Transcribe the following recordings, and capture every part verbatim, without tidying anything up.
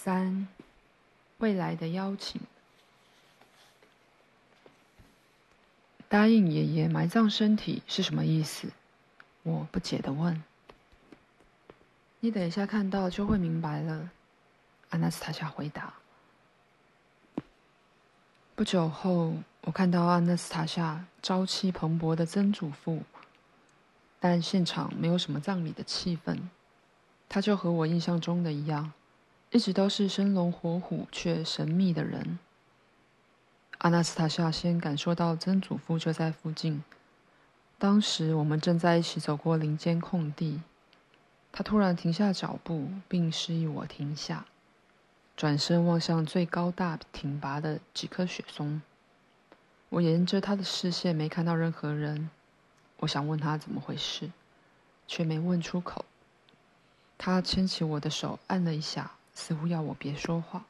三，未来的邀请。答应爷爷埋葬身体是什么意思？我不解地问。你等一下看到就会明白了，阿纳斯塔夏回答。不久后，我看到阿纳斯塔夏朝气蓬勃的曾祖父，但现场没有什么葬礼的气氛。他就和我印象中的一样，一直都是生龙活虎却神秘的人。阿纳斯塔夏先感受到曾祖父就在附近，当时我们正在一起走过林间空地，他突然停下脚步，并示意我停下，转身望向最高大挺拔的几棵雪松。我沿着他的视线没看到任何人，我想问他怎么回事，却没问出口。他牵起我的手按了一下，似乎要我别说话。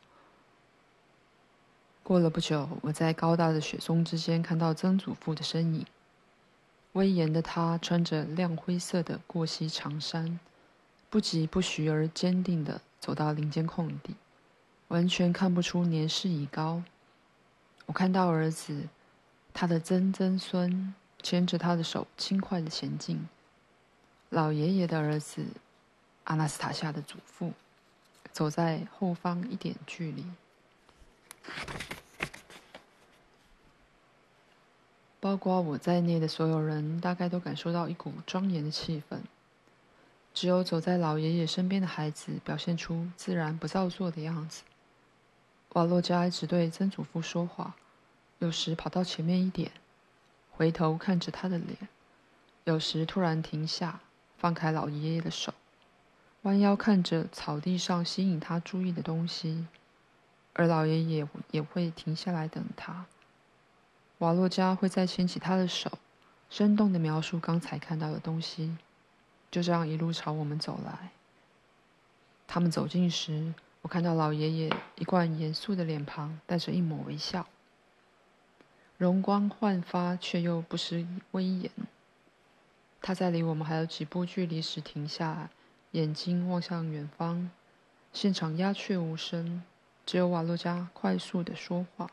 过了不久，我在高大的雪松之间看到曾祖父的身影。威严的他穿着亮灰色的过膝长衫，不疾不徐而坚定地走到林间空地，完全看不出年事已高。我看到儿子，他的曾曾孙牵着他的手轻快地前进。老爷爷的儿子，阿纳斯塔夏的祖父，走在后方一点距离。包括我在内的所有人大概都感受到一股庄严的气氛，只有走在老爷爷身边的孩子表现出自然不造作的样子。瓦洛加一直对曾祖父说话，有时跑到前面一点，回头看着他的脸，有时突然停下，放开老爷爷的手，弯腰看着草地上吸引他注意的东西，而老爷爷也会停下来等他。瓦洛加会再牵起他的手，生动地描述刚才看到的东西，就这样一路朝我们走来。他们走近时，我看到老爷爷一贯严肃的脸庞带着一抹微笑，容光焕发却又不失威严。他在离我们还有几步距离时停下，眼睛望向远方。现场鸦雀无声，只有瓦洛加快速地说话。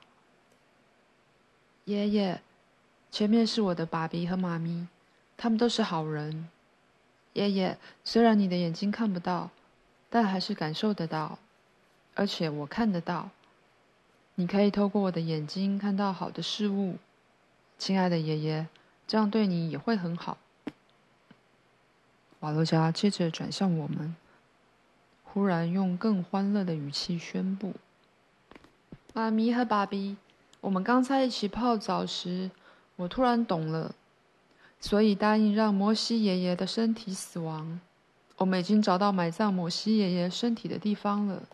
爷爷，前面是我的爸比和妈咪，他们都是好人。爷爷，虽然你的眼睛看不到，但还是感受得到，而且我看得到。你可以透过我的眼睛看到好的事物。亲爱的爷爷，这样对你也会很好。瓦洛加接着转向我们，忽然用更欢乐的语气宣布：妈咪和爸比，我们刚才一起泡澡时，我突然懂了，所以答应让摩西爷爷的身体死亡。我们已经找到埋葬摩西爷爷身体的地方了。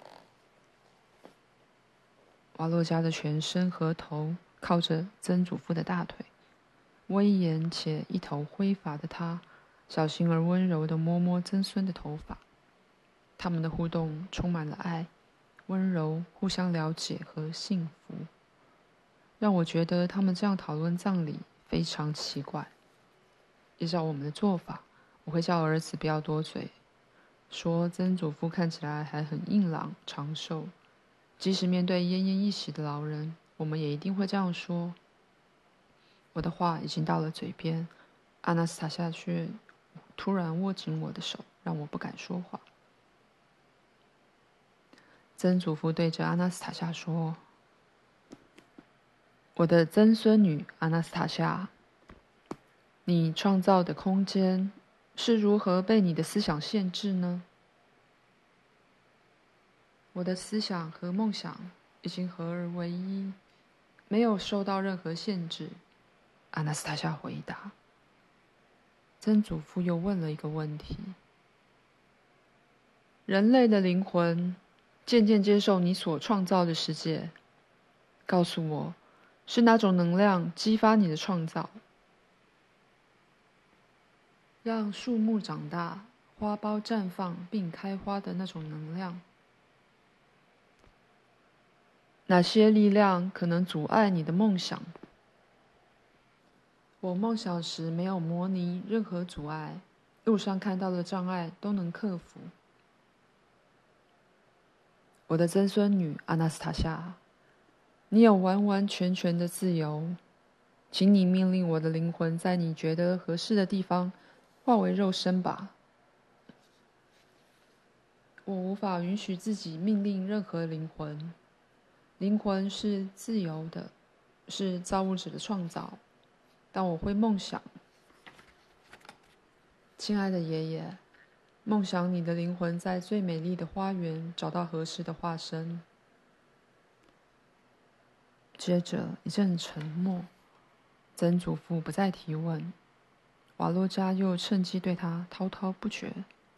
瓦洛加的全身和头靠着曾祖父的大腿，威严且一头灰发的他，小心而温柔地摸摸曾孙的头发。他们的互动充满了爱、温柔、互相了解和幸福，让我觉得他们这样讨论葬礼非常奇怪。依照我们的做法，我会叫儿子不要多嘴，说曾祖父看起来还很硬朗长寿，即使面对奄奄一息的老人，我们也一定会这样说。我的话已经到了嘴边，阿纳斯塔夏却突然握紧我的手，让我不敢说话。曾祖父对着阿纳斯塔夏说：我的曾孙女阿纳斯塔夏，你创造的空间是如何被你的思想限制呢？我的思想和梦想已经合而为一，没有受到任何限制。阿纳斯塔夏回答。曾祖父又问了一个问题：人类的灵魂渐渐接受你所创造的世界，告诉我，是哪种能量激发你的创造？让树木长大，花苞绽放并开花的那种能量。哪些力量可能阻碍你的梦想？我梦想时没有模拟任何阻碍，路上看到的障碍都能克服。 我的曾孙女阿纳斯塔夏，你有完完全全的自由，请你命令我的灵魂在你觉得合适的地方化为肉身吧。我无法允许自己命令任何灵魂。灵魂是自由的，是造物者的创造。但我会梦想，亲爱的爷爷，梦想你的灵魂在最美丽的花园找到合适的化身。接着一阵沉默，曾祖父不再提问，瓦洛加又趁机对他滔滔不绝。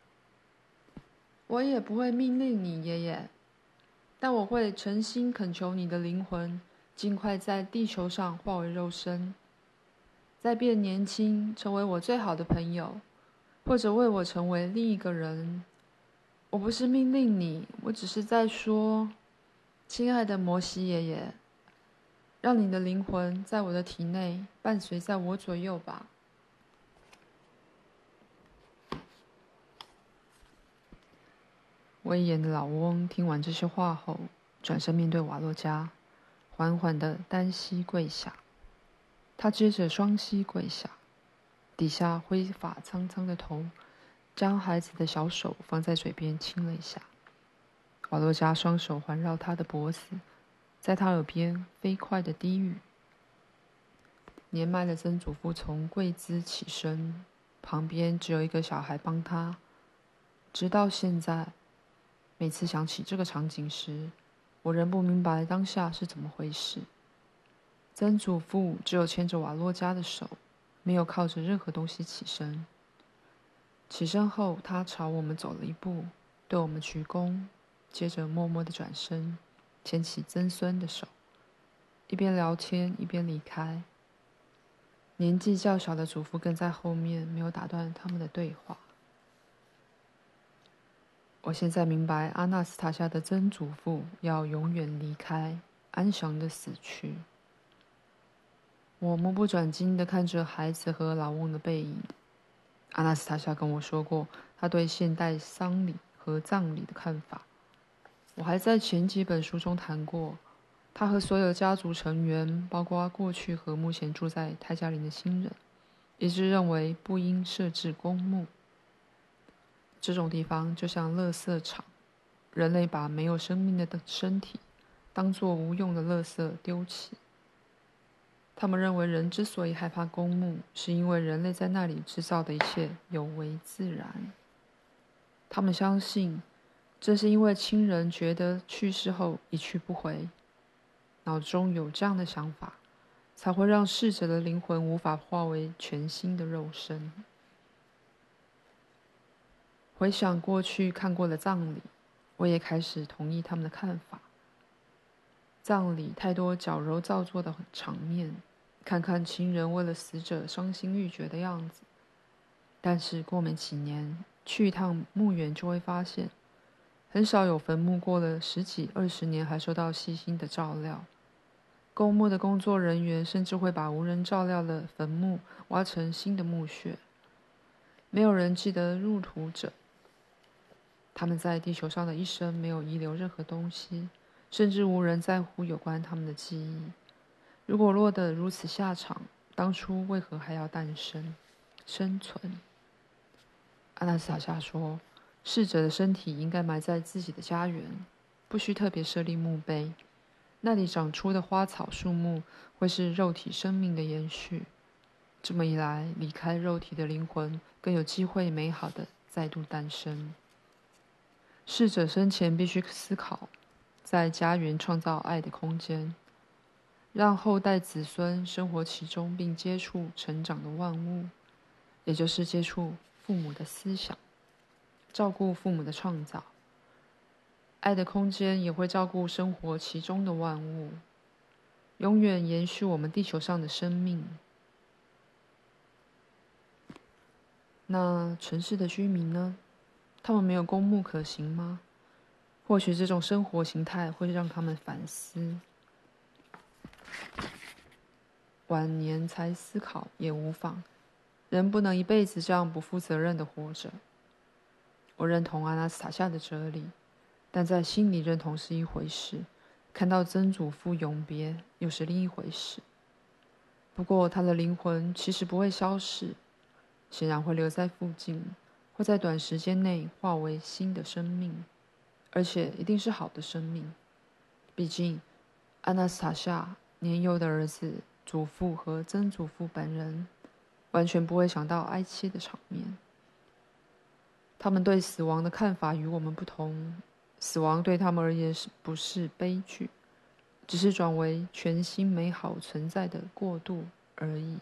我也不会命令你，爷爷，但我会诚心恳求你的灵魂尽快在地球上化为肉身，再变年轻，成为我最好的朋友，或者为我成为另一个人。我不是命令你，我只是在说，亲爱的摩西爷爷，让你的灵魂在我的体内伴随在我左右吧。威严的老翁听完这些话后，转身面对瓦洛加，缓缓地单膝跪下。他接着双膝跪下，底下灰发苍苍的头，将孩子的小手放在嘴边亲了一下。瓦洛加双手环绕他的脖子，在他耳边飞快地低语。年迈的曾祖父从跪姿起身，旁边只有一个小孩帮他。直到现在，每次想起这个场景时，我仍不明白当下是怎么回事。曾祖父只有牵着瓦洛加的手，没有靠着任何东西起身。起身后，他朝我们走了一步，对我们鞠躬，接着默默地转身，牵起曾孙的手，一边聊天一边离开。年纪较小的祖父跟在后面，没有打断他们的对话。我现在明白，阿纳斯塔夏的曾祖父要永远离开，安详地死去。我目不转睛地看着孩子和老翁的背影。阿纳斯塔夏跟我说过他对现代丧礼和葬礼的看法。我还在前几本书中谈过，他和所有家族成员，包括过去和目前住在泰加林的新人，一致认为不应设置公墓。这种地方就像垃圾场，人类把没有生命的身体当作无用的垃圾丢弃。他们认为人之所以害怕公墓，是因为人类在那里制造的一切有违自然。他们相信，这是因为亲人觉得去世后一去不回，脑中有这样的想法，才会让逝者的灵魂无法化为全新的肉身。回想过去看过的葬礼，我也开始同意他们的看法。葬礼太多矫揉造作的场面，看看亲人为了死者伤心欲绝的样子。但是过没几年，去一趟墓园就会发现，很少有坟墓过了十几二十年还受到细心的照料。公墓的工作人员甚至会把无人照料的坟墓挖成新的墓穴。没有人记得入土者，他们在地球上的一生没有遗留任何东西，甚至无人在乎有关他们的记忆。如果落得如此下场，当初为何还要诞生、生存？阿纳斯塔夏说，逝者的身体应该埋在自己的家园，不需特别设立墓碑。那里长出的花草树木会是肉体生命的延续。这么一来，离开肉体的灵魂更有机会美好的再度诞生。逝者生前必须思考，在家园创造爱的空间，让后代子孙生活其中并接触成长的万物，也就是接触父母的思想，照顾父母的创造。爱的空间也会照顾生活其中的万物，永远延续我们地球上的生命。那城市的居民呢？他们没有公墓可行吗？或许这种生活形态会让他们反思。晚年才思考也无妨，人不能一辈子这样不负责任的活着。我认同阿纳斯塔夏的哲理， 但在心里认同是一回事，看到曾祖父永别又是另一回事。不过他的灵魂其实不会消逝，显然会留在附近，会在短时间内化为新的生命，而且一定是好的生命。毕竟安娜斯塔夏年幼的儿子、祖父和曾祖父本人完全不会想到哀戚的场面。他们对死亡的看法与我们不同，死亡对他们而言是不是悲剧，只是转为全新美好存在的过渡而已。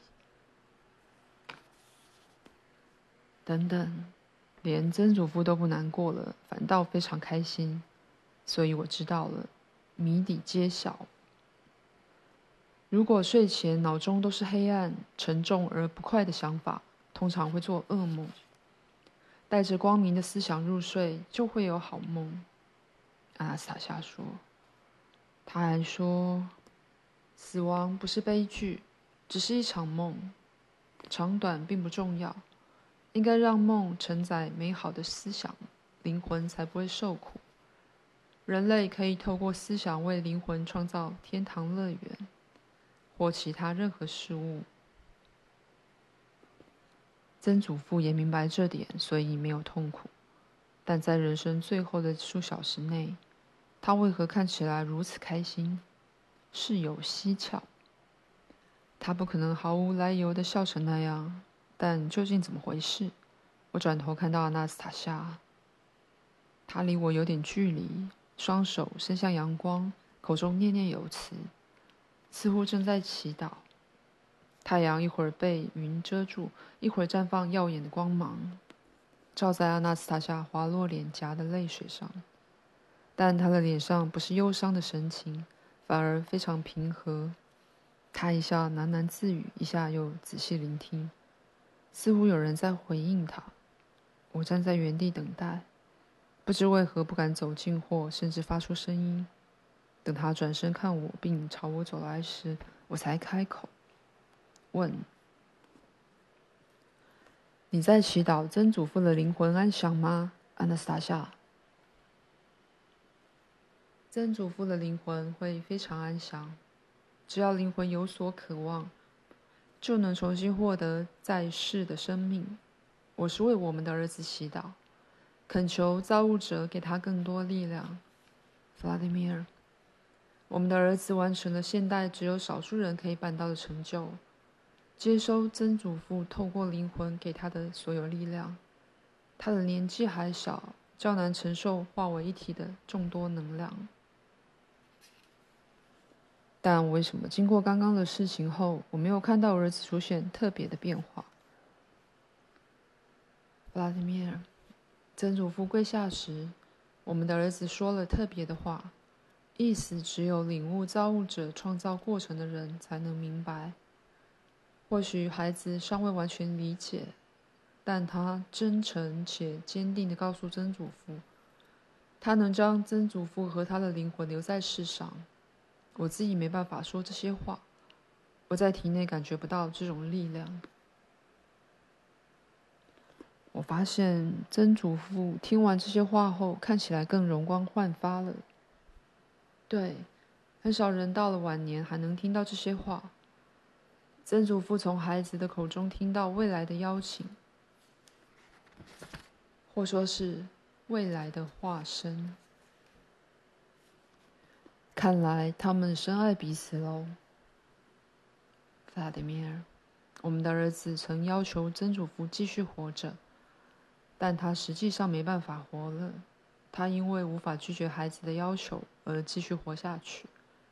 等等，连曾祖父都不难过了，反倒非常开心。所以我知道了，谜底揭晓。如果睡前脑中都是黑暗、沉重而不快的想法，通常会做噩梦。带着光明的思想入睡，就会有好梦。阿纳斯塔夏说。他还说，死亡不是悲剧，只是一场梦，长短并不重要，应该让梦承载美好的思想，灵魂才不会受苦。人类可以透过思想为灵魂创造天堂乐园，或其他任何事物。曾祖父也明白这点，所以没有痛苦。但在人生最后的数小时内，他为何看起来如此开心？事有蹊跷。他不可能毫无来由地笑成那样，但究竟怎么回事？我转头看到阿纳斯塔夏，他离我有点距离，双手伸向阳光，口中念念有词，似乎正在祈祷。太阳一会儿被云遮住，一会儿绽放耀眼的光芒，照在阿纳斯塔夏滑落脸颊的泪水上。但他的脸上不是忧伤的神情，反而非常平和。他一下喃喃自语，一下又仔细聆听，似乎有人在回应他。我站在原地等待，不知为何不敢走近或甚至发出声音。等他转身看我并朝我走来时，我才开口问：你在祈祷曾祖父的灵魂安详吗，安娜斯塔夏？曾祖父的灵魂会非常安详，只要灵魂有所渴望，就能重新获得在世的生命。我是为我们的儿子祈祷，恳求造物者给他更多力量。弗拉迪米尔，我们的儿子完成了现代只有少数人可以办到的成就，接收曾祖父透过灵魂给他的所有力量。他的年纪还小，较难承受化为一体的众多能量。但为什么经过刚刚的事情后，我没有看到儿子出现特别的变化？弗拉迪米尔，曾祖父跪下时，我们的儿子说了特别的话，意思只有领悟造物者创造过程的人才能明白。或许孩子尚未完全理解，但他真诚且坚定地告诉曾祖父，他能将曾祖父和他的灵魂留在世上。我自己没办法说这些话，我在体内感觉不到这种力量。我发现曾祖父听完这些话后，看起来更容光焕发了。对，很少人到了晚年还能听到这些话。曾祖父从孩子的口中听到未来的邀请，或说是未来的化身。看来他们深爱彼此喽。弗拉迪米尔，我们的儿子曾要求曾祖父继续活着，但他实际上没办法活了。他因为无法拒绝孩子的要求而继续活下去。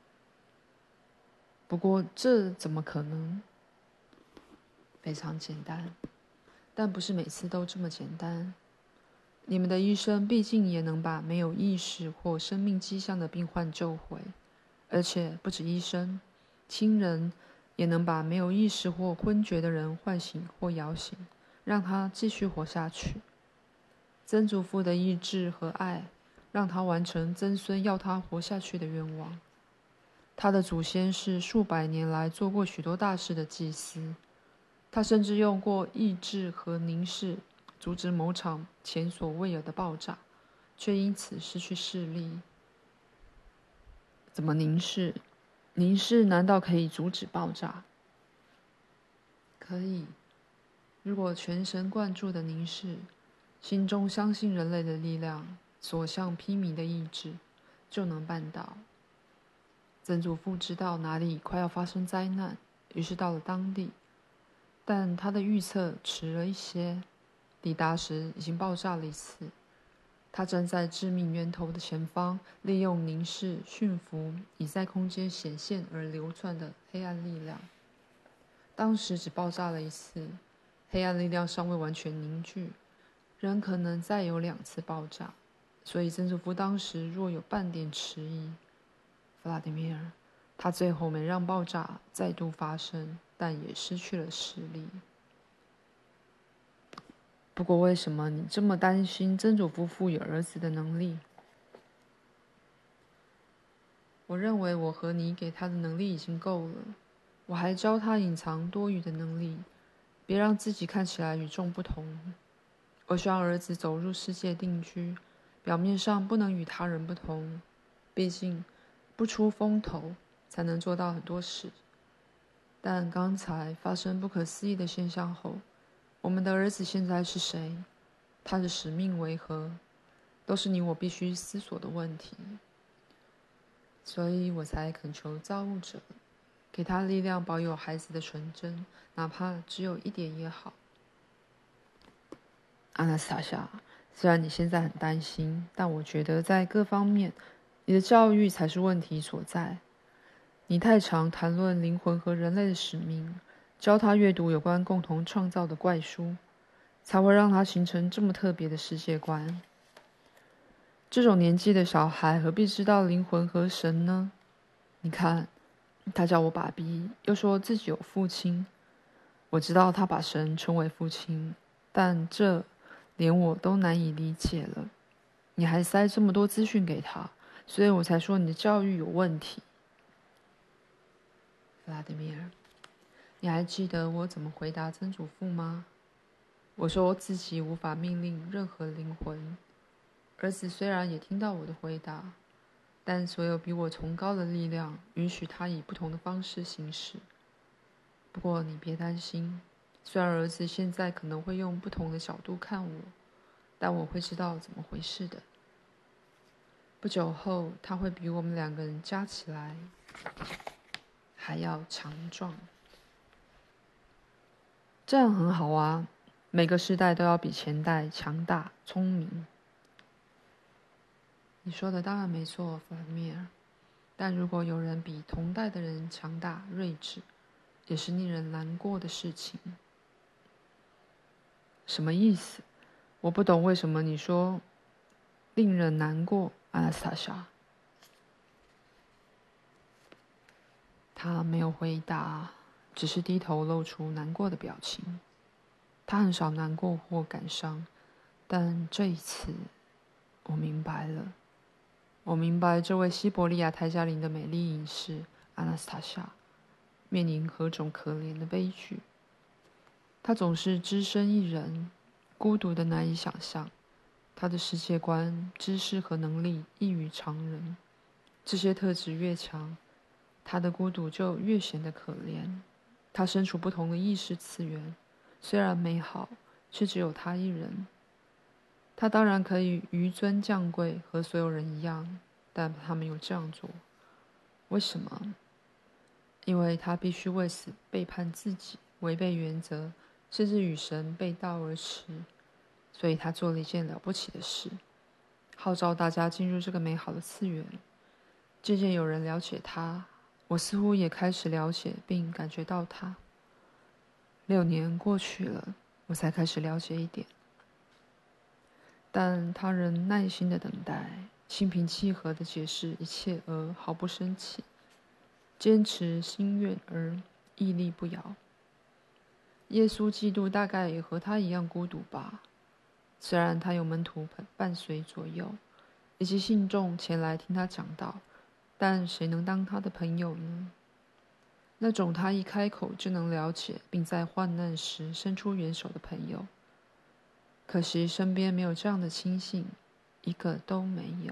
不过这怎么可能？非常简单，但不是每次都这么简单。你们的医生毕竟也能把没有意识或生命迹象的病患救回，而且不止医生，亲人也能把没有意识或昏厥的人唤醒或摇醒，让他继续活下去。曾祖父的意志和爱，让他完成曾孙要他活下去的愿望。他的祖先是数百年来做过许多大事的祭司，他甚至用过意志和凝视阻止某场前所未有的爆炸， 却因此失去视力。怎么凝视？凝视难道可以阻止爆炸？可以，如果全神贯注的凝视，心中相信人类的力量，所向披靡的意志，就能办到。曾祖父知道哪里快要发生灾难，于是到了当地，但他的预测迟了一些，抵达时已经爆炸了一次。他站在致命源头的前方，利用凝视驯服已在空间显现而流窜的黑暗力量。当时只爆炸了一次，黑暗力量尚未完全凝聚，仍可能再有两次爆炸，所以曾祖父当时若有半点迟疑，弗拉迪米尔，他最后没让爆炸再度发生，但也失去了视力。不过为什么你这么担心曾祖父赋予儿子的能力？我认为我和你给他的能力已经够了，我还教他隐藏多余的能力，别让自己看起来与众不同。我希望儿子走入世界定居，表面上不能与他人不同，毕竟不出风头才能做到很多事。但刚才发生不可思议的现象后，我们的儿子现在是谁？他的使命为何？都是你我必须思索的问题。所以我才恳求造物者，给他力量，保有孩子的纯真，哪怕只有一点也好。阿纳斯塔夏，虽然你现在很担心，但我觉得在各方面，你的教育才是问题所在。你太常谈论灵魂和人类的使命，教他阅读有关共同创造的怪书，才会让他形成这么特别的世界观。这种年纪的小孩何必知道灵魂和神呢？你看，他叫我爸比，又说自己有父亲。我知道他把神称为父亲，但这连我都难以理解了。你还塞这么多资讯给他，所以我才说你的教育有问题。弗拉迪米尔，你还记得我怎么回答曾祖父吗？我说我自己无法命令任何灵魂。儿子虽然也听到我的回答，但所有比我崇高的力量允许他以不同的方式行事。不过你别担心，虽然儿子现在可能会用不同的角度看我，但我会知道怎么回事的。不久后，他会比我们两个人加起来还要强壮。这样很好啊，每个世代都要比前代强大、聪明。你说的当然没错，弗拉米尔。但如果有人比同代的人强大、睿智，也是令人难过的事情。什么意思？我不懂为什么你说令人难过，阿纳斯塔夏。他没有回答，只是低头露出难过的表情。他很少难过或感伤，但这一次，我明白了。我明白这位西伯利亚泰加林的美丽隐士阿纳斯塔夏面临何种可怜的悲剧。他总是只身一人，孤独的难以想象。他的世界观、知识和能力异于常人，这些特质越强，他的孤独就越显得可怜。他身处不同的意识次元，虽然美好，却只有他一人。他当然可以纡尊降贵，和所有人一样，但他没有这样做。为什么？因为他必须为此背叛自己，违背原则，甚至与神背道而驰。所以他做了一件了不起的事，号召大家进入这个美好的次元。渐渐有人了解他，我似乎也开始了解并感觉到他。六年过去了，我才开始了解一点。但他仍耐心的等待，心平气和的解释一切而毫不生气，坚持心愿而屹立不摇。耶稣基督大概也和他一样孤独吧，虽然他有门徒伴随左右，以及信众前来听他讲道，但谁能当他的朋友呢？那种他一开口就能了解，并在患难时伸出援手的朋友。可惜身边没有这样的亲信， 一个都没有。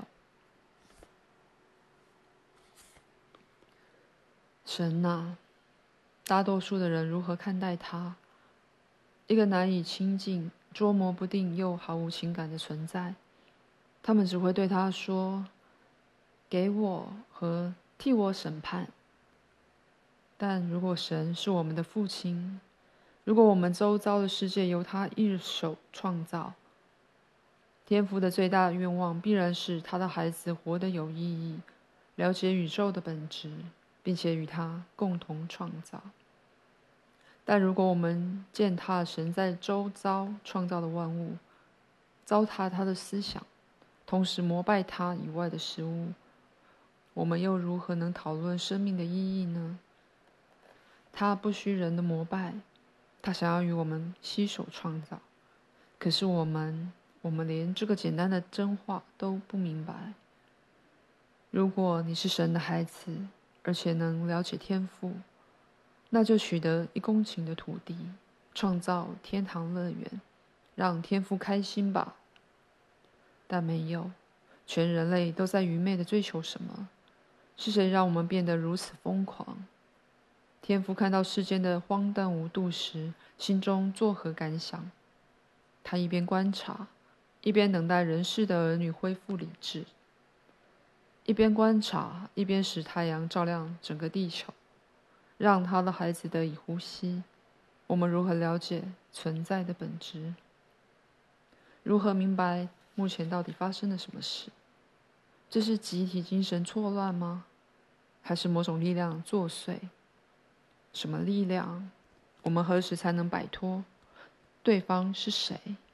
神啊，大多数的人如何看待他？一个难以亲近、捉摸不定又毫无情感的存在。他们只会对他说：“给我和替我审判。”但如果神是我们的父亲，如果我们周遭的世界由他一手创造，天父的最大愿望必然是他的孩子活得有意义，了解宇宙的本质，并且与他共同创造。但如果我们践踏神在周遭创造的万物，糟蹋他的思想，同时膜拜他以外的事物，我们又如何能讨论生命的意义呢？他不需人的膜拜，他想要与我们携手创造。可是我们，我们连这个简单的真话都不明白。如果你是神的孩子，而且能了解天父，那就取得一公顷的土地，创造天堂乐园，让天父开心吧。但没有，全人类都在愚昧地追求什么？是谁让我们变得如此疯狂？天父看到世间的荒诞无度时，心中作何感想？他一边观察，一边等待人世的儿女恢复理智；一边观察，一边使太阳照亮整个地球，让他的孩子得以呼吸。我们如何了解存在的本质？如何明白目前到底发生了什么事？这是集体精神错乱吗？还是某种力量作祟？什么力量？我们何时才能摆脱？对方是谁？